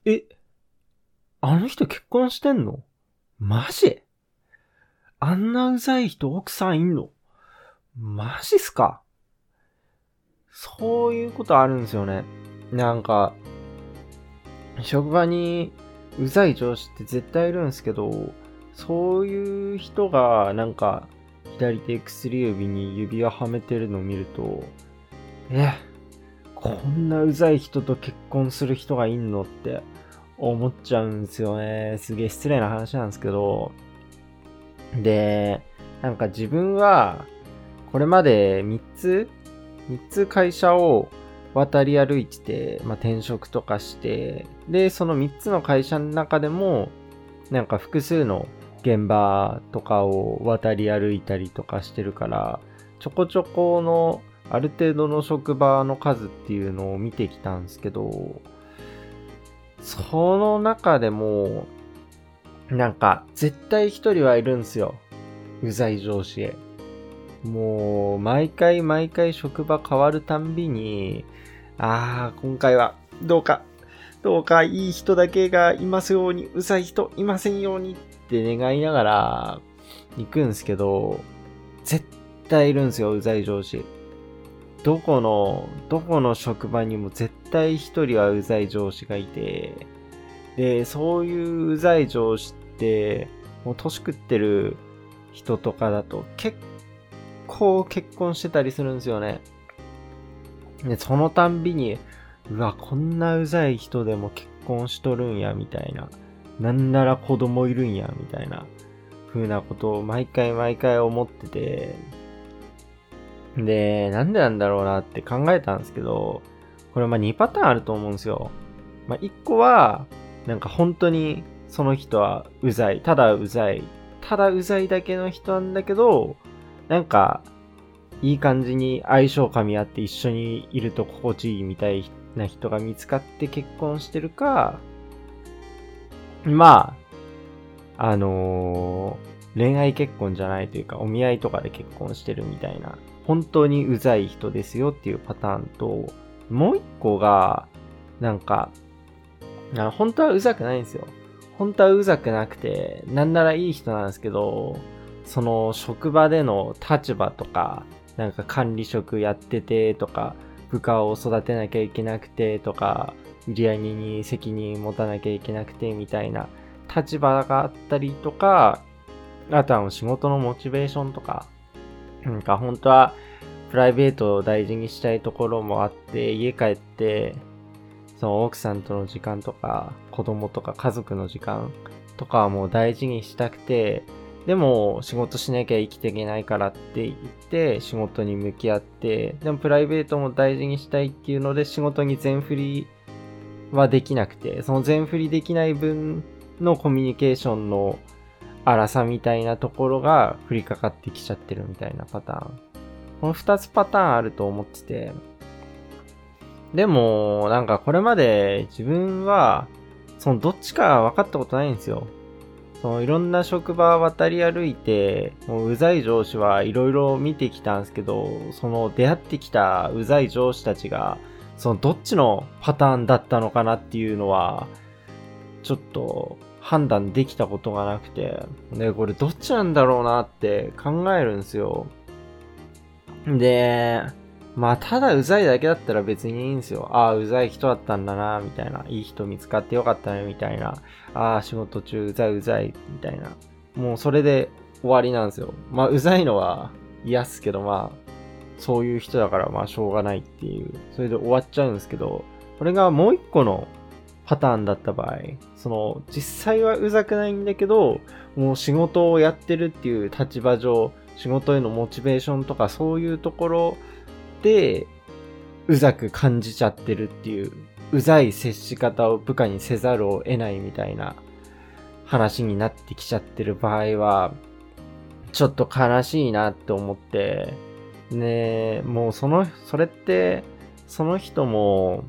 え、あの人結婚してんの？マジ？あんなうざい人奥さんいんの？マジっすか？そういうことあるんですよね。なんか、職場にうざい上司って絶対いるんですけど、そういう人がなんか左手薬指に指輪はめてるのを見ると、こんなうざい人と結婚する人がいんのって思っちゃうんですよね。すげえ失礼な話なんですけど。で、なんか自分はこれまで3つ会社を渡り歩いてて、転職とかして、で、その3つの会社の中でも、なんか複数の現場とかを渡り歩いたりとかしてるから、ちょこちょこのある程度の職場の数っていうのを見てきたんですけど、その中でも、なんか絶対一人はいるんですよ。うざい上司へ。もう、毎回毎回職場変わるたんびに、今回は、どうかいい人だけがいますように、うざい人いませんようにって願いながら行くんですけど、絶対いるんですよ、うざい上司。どこの職場にも絶対一人はうざい上司がいて、で、そういううざい上司って、もう年食ってる人とかだと結構結婚してたりするんですよね。で、そのたんびに、うわ、こんなうざい人でも結婚しとるんや、みたいな。なんなら子供いるんや、みたいな風なことを毎回毎回思ってて、で、なんでなんだろうなって考えたんですけど、これ2パターンあると思うんですよ。1個は、なんか本当にその人はうざい。ただうざい。ただうざいだけの人なんだけど、なんか、いい感じに相性噛み合って一緒にいると心地いいみたいな人が見つかって結婚してるか、ま恋愛結婚じゃないというか、お見合いとかで結婚してるみたいな、本当にうざい人ですよっていうパターンと、もう一個が、なんか、本当はうざくないんですよ。本当はうざくなくて、なんならいい人なんですけど、その職場での立場とか、なんか管理職やっててとか、部下を育てなきゃいけなくてとか、売り上げに責任持たなきゃいけなくてみたいな立場があったりとか、あとは仕事のモチベーションとか、なんか本当はプライベートを大事にしたいところもあって、家帰って、その奥さんとの時間とか、子供とか家族の時間とかはもう大事にしたくて、でも仕事しなきゃ生きていけないからって言って仕事に向き合って、でもプライベートも大事にしたいっていうので仕事に全振りはできなくて、その全振りできない分のコミュニケーションの荒さみたいなところが降りかかってきちゃってるみたいなパターン。この2つパターンあると思ってて、でも、なんかこれまで自分は、そのどっちか分かったことないんですよ。そのいろんな職場渡り歩いて、もううざい上司はいろいろ見てきたんですけど、その出会ってきたうざい上司たちが、そのどっちのパターンだったのかなっていうのは、ちょっと判断できたことがなくて、で、これどっちなんだろうなって考えるんですよ。で、ただうざいだけだったら別にいいんですよ。うざい人だったんだな、みたいな。いい人見つかってよかったね、みたいな。仕事中うざいうざい、みたいな。もうそれで終わりなんですよ。うざいのは嫌っすけど、そういう人だからしょうがないっていう。それで終わっちゃうんですけど、これがもう一個のパターンだった場合、実際はうざくないんだけど、もう仕事をやってるっていう立場上、仕事へのモチベーションとかそういうところで、うざく感じちゃってるっていう、うざい接し方を部下にせざるを得ないみたいな話になってきちゃってる場合は、ちょっと悲しいなって思って、ね、もうそれって、その人も、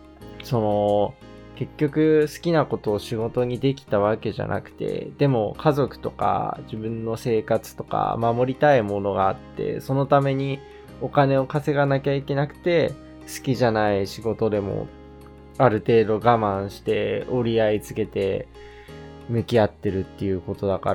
結局好きなことを仕事にできたわけじゃなくて、でも家族とか自分の生活とか守りたいものがあって、そのためにお金を稼がなきゃいけなくて、好きじゃない仕事でもある程度我慢して折り合いつけて向き合ってるっていうことだから、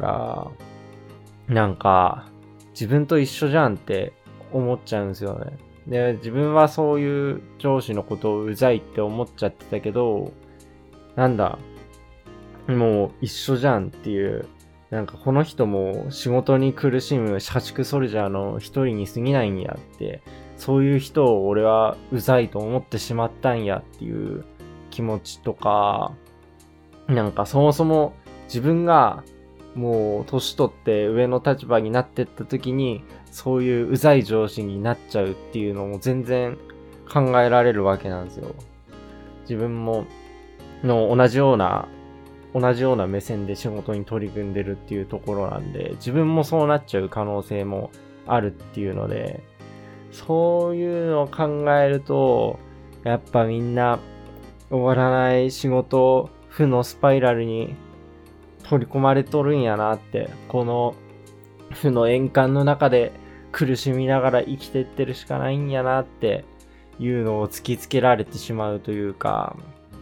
なんか自分と一緒じゃんって思っちゃうんですよね。で、自分はそういう上司のことをうざいって思っちゃってたけど、なんだ、もう一緒じゃんっていう、なんかこの人も仕事に苦しむ社畜ソルジャーの一人に過ぎないんやって、そういう人を俺はうざいと思ってしまったんやっていう気持ちとか、なんかそもそも自分がもう年取って上の立場になってった時にそういううざい上司になっちゃうっていうのも全然考えられるわけなんですよ。自分も同じような目線で仕事に取り組んでるっていうところなんで、自分もそうなっちゃう可能性もあるっていうので、そういうのを考えると、やっぱみんな終わらない仕事、負のスパイラルに取り込まれとるんやなって、この負の円環の中で苦しみながら生きていってるしかないんやなっていうのを突きつけられてしまうというか、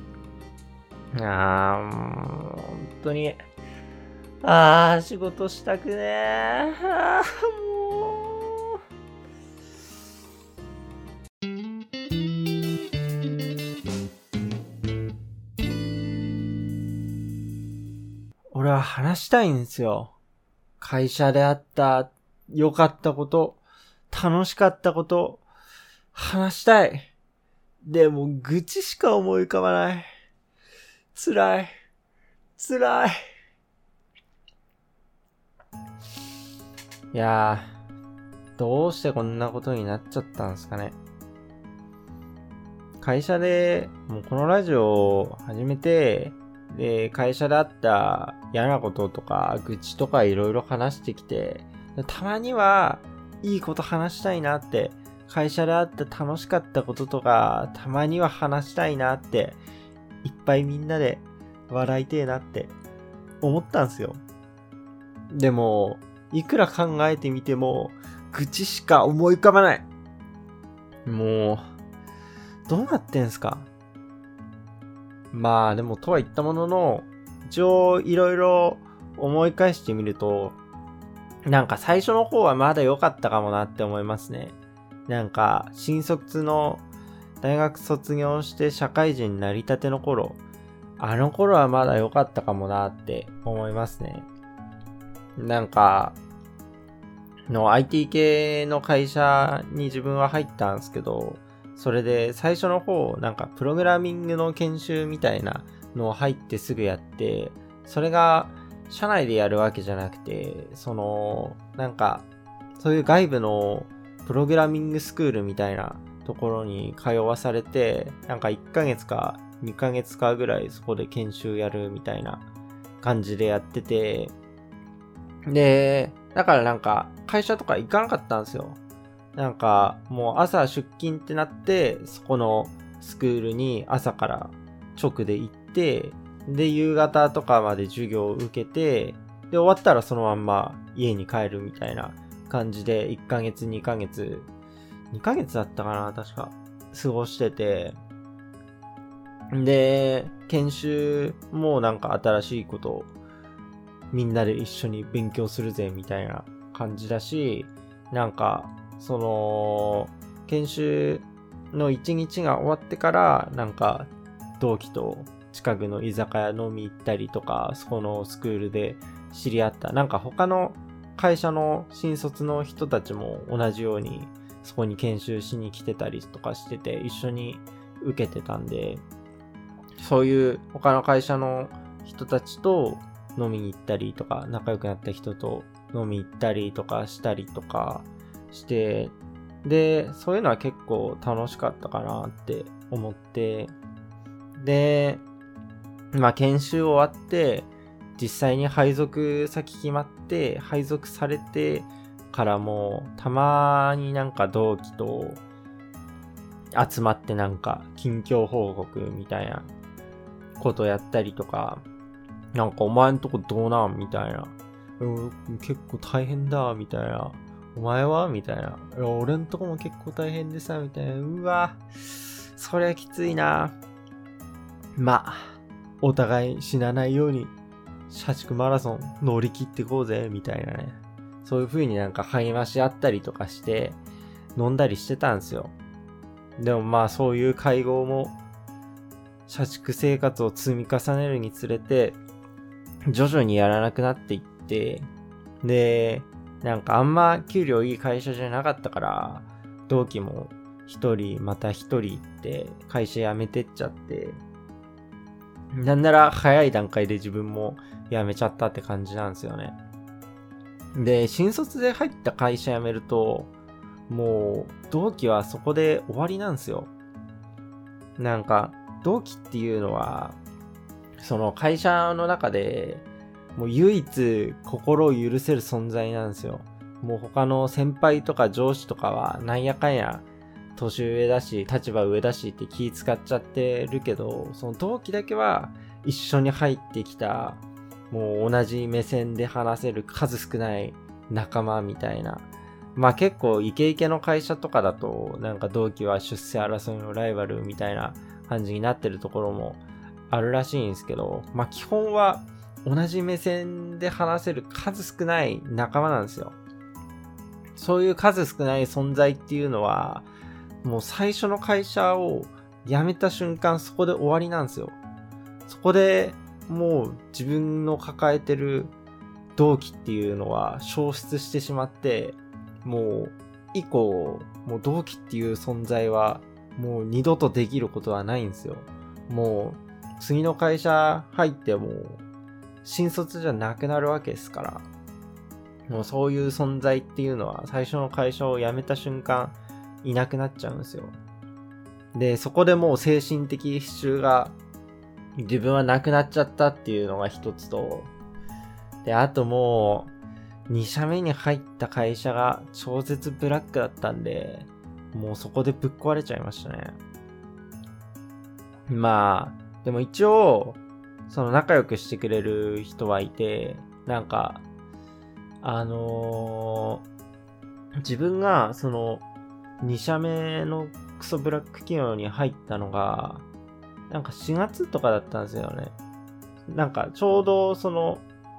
本当に、仕事したくねー。もう。俺は話したいんですよ。会社であった良かったこと、楽しかったこと、話したい。でも愚痴しか思い浮かばない。辛い。いやー、どうしてこんなことになっちゃったんですかね。会社で、もうこのラジオを始めて、で、会社であった嫌なこととか、愚痴とかいろいろ話してきて、たまにはいいこと話したいなって、会社であった楽しかったこととか、たまには話したいなって、いっぱいみんなで笑いてえなって思ったんすよ。でも、いくら考えてみても、愚痴しか思い浮かばない。もう、どうなってんすか？まあでもとは言ったものの、一応いろいろ思い返してみると、なんか最初の方はまだ良かったかもなって思いますね。なんか新卒の大学卒業して社会人になりたての頃、あの頃はまだ良かったかもなって思いますね。なんか、IT 系の会社に自分は入ったんですけど、それで最初の方、なんかプログラミングの研修みたいなのを入ってすぐやって、それが社内でやるわけじゃなくて、なんか、そういう外部のプログラミングスクールみたいなところに通わされて、なんか1ヶ月か2ヶ月かぐらいそこで研修やるみたいな感じでやってて、で、だからなんか会社とか行かなかったんですよ。なんかもう朝出勤ってなって、そこのスクールに朝から直で行って、で夕方とかまで授業を受けて、で終わったらそのまんま家に帰るみたいな感じで1ヶ月2ヶ月だったかな、確か過ごしてて、で研修もなんか新しいことをみんなで一緒に勉強するぜみたいな感じだし、なんか研修の1日が終わってからなんか同期と近くの居酒屋飲み行ったりとか、そこのスクールで知り合ったなんか他の会社の新卒の人たちも同じようにそこに研修しに来てたりとかしてて、一緒に受けてたんで、そういう他の会社の人たちと飲みに行ったりとか、仲良くなった人と飲み行ったりとかしたりとかして、でそういうのは結構楽しかったかなって思って、でまあ研修終わって実際に配属先決まって配属されてからもたまになんか同期と集まってなんか近況報告みたいなことやったりとか、なんかお前んとこどうなんみたいな、結構大変だみたいな、お前はみたいな、俺んとこも結構大変でさみたいな、うわそりゃきついな。 まあ、お互い死なないように社畜マラソン乗り切ってこうぜ、みたいなね。そういう風になんか励まし合ったりとかして、飲んだりしてたんですよ。でもまあそういう会合も、社畜生活を積み重ねるにつれて、徐々にやらなくなっていって、で、なんかあんま給料いい会社じゃなかったから、同期も一人また一人って会社辞めてっちゃって、なんなら早い段階で自分も辞めちゃったって感じなんですよね。で、新卒で入った会社辞めると、もう同期はそこで終わりなんですよ。なんか同期っていうのは、その会社の中でもう唯一心を許せる存在なんですよ。もう他の先輩とか上司とかはなんやかんや年上だし立場上だしって気使っちゃってるけど、その同期だけは一緒に入ってきた、もう同じ目線で話せる数少ない仲間みたいな。まあ結構イケイケの会社とかだとなんか同期は出世争いのライバルみたいな感じになってるところもあるらしいんですけど、まあ基本は同じ目線で話せる数少ない仲間なんですよ。そういう数少ない存在っていうのは、もう最初の会社を辞めた瞬間そこで終わりなんですよ。そこでもう自分の抱えてる同期っていうのは消失してしまって、もう以降、もう同期っていう存在はもう二度とできることはないんですよ。もう次の会社入っても新卒じゃなくなるわけですから、もうそういう存在っていうのは最初の会社を辞めた瞬間いなくなっちゃうんですよ。で、そこでもう精神的支柱が自分はなくなっちゃったっていうのが一つと、で、あともう2社目に入った会社が超絶ブラックだったんで、もうそこでぶっ壊れちゃいましたね。まあ、でも一応その仲良くしてくれる人はいて、なんか自分がその2社目のクソブラック企業に入ったのがなんか4月とかだったんですよね。なんかちょうどその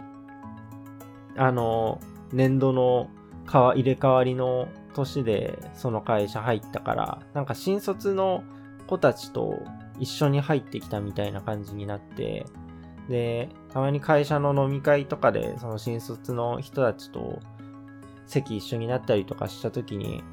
年度の入れ替わりの年でその会社入ったから、なんか新卒の子たちと一緒に入ってきたみたいな感じになって、で、たまに会社の飲み会とかでその新卒の人たちと席一緒になったりとかした時に、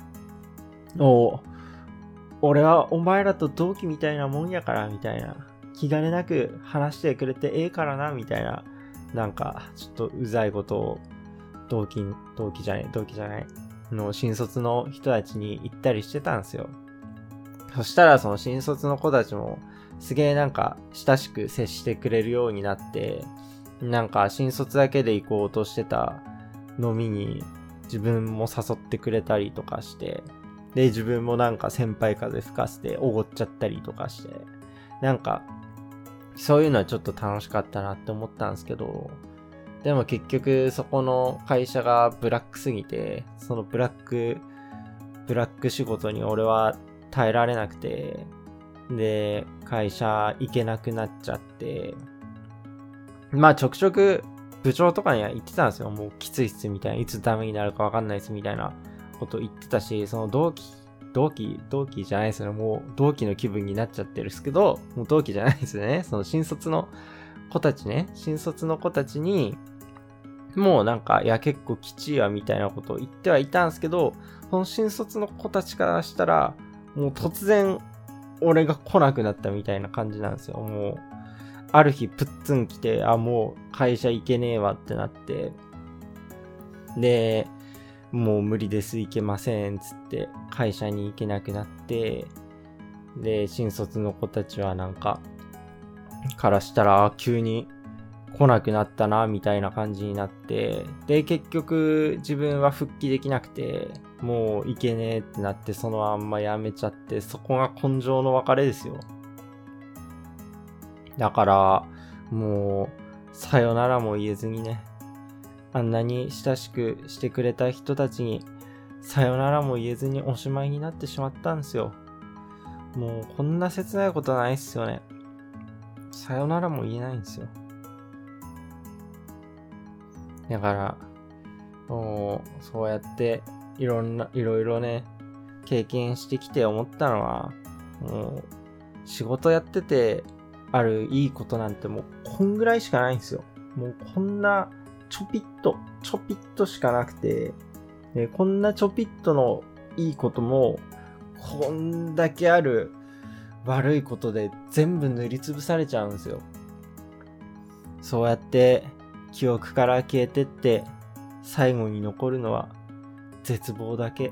俺はお前らと同期みたいなもんやからみたいな、気兼ねなく話してくれてええからなみたいな、なんかちょっとうざいことを同期じゃないの新卒の人たちに言ったりしてたんですよ。そしたらその新卒の子たちもすげえなんか親しく接してくれるようになって、なんか新卒だけで行こうとしてた飲みに自分も誘ってくれたりとかして、で自分もなんか先輩風吹かせておごっちゃったりとかして、なんかそういうのはちょっと楽しかったなって思ったんですけど、でも結局そこの会社がブラックすぎて、そのブラック仕事に俺は耐えられなくて、で会社行けなくなっちゃって、まあちょくちょく部長とかには言ってたんですよ。もうきついっすみたいな、いつダメになるか分かんないっすみたいなこと言ってたし、その同期じゃないですよね。もう同期の気分になっちゃってるっすけど、もう同期じゃないですよね。その新卒の子たちに、もうなんか、いや結構きちいわみたいなことを言ってはいたんですけど、その新卒の子たちからしたら、もう突然、俺が来なくなったみたいな感じなんですよ。もう、ある日プッツン来て、もう会社行けねえわってなって、で、もう無理です、行けませんつって会社に行けなくなって、で新卒の子たちはなんかからしたら急に来なくなったなみたいな感じになって、で結局自分は復帰できなくて、もう行けねえってなって、そのまんま辞めちゃって、そこが根性の別れですよ。だからもうさよならも言えずにね、あんなに親しくしてくれた人たちにさよならも言えずにおしまいになってしまったんですよ。もうこんな切ないことはないっすよね。 さよならも言えないんですよ。だから、そうやっていろいろね、経験してきて思ったのは、仕事やっててあるいいことなんてもうこんぐらいしかないんですよ。もうこんなちょぴっとしかなくて、こんなちょぴっとのいいことも、こんだけある悪いことで全部塗りつぶされちゃうんですよ。そうやって記憶から消えてって、最後に残るのは絶望だけ。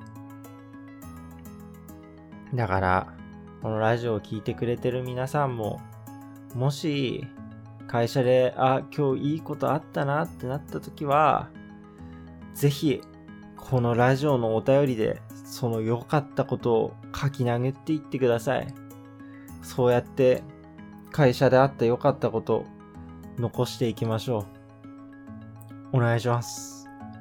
だから、このラジオを聞いてくれてる皆さんも、もし会社で、今日いいことあったなってなった時は、ぜひ、このラジオのお便りで、その良かったことを書き殴っていってください。そうやって、会社であった良かったことを残していきましょう。お願いします。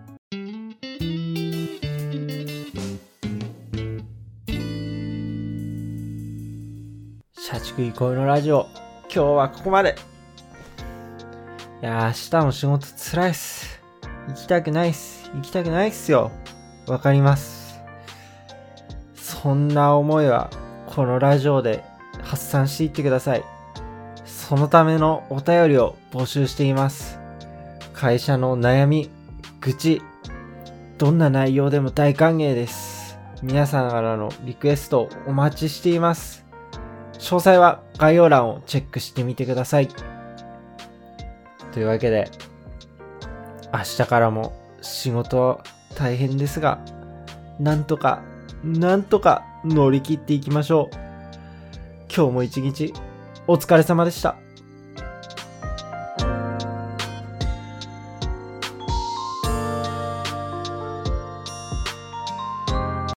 社畜憩いのラジオ、今日はここまで。いやー、明日も仕事辛いっす。行きたくないっすよ。わかります。そんな思いはこのラジオで発散していってください。そのためのお便りを募集しています。会社の悩み、愚痴、どんな内容でも大歓迎です。皆さんからのリクエストお待ちしています。詳細は概要欄をチェックしてみてください。というわけで、明日からも仕事は大変ですが、なんとか乗り切っていきましょう。今日も一日お疲れ様でした。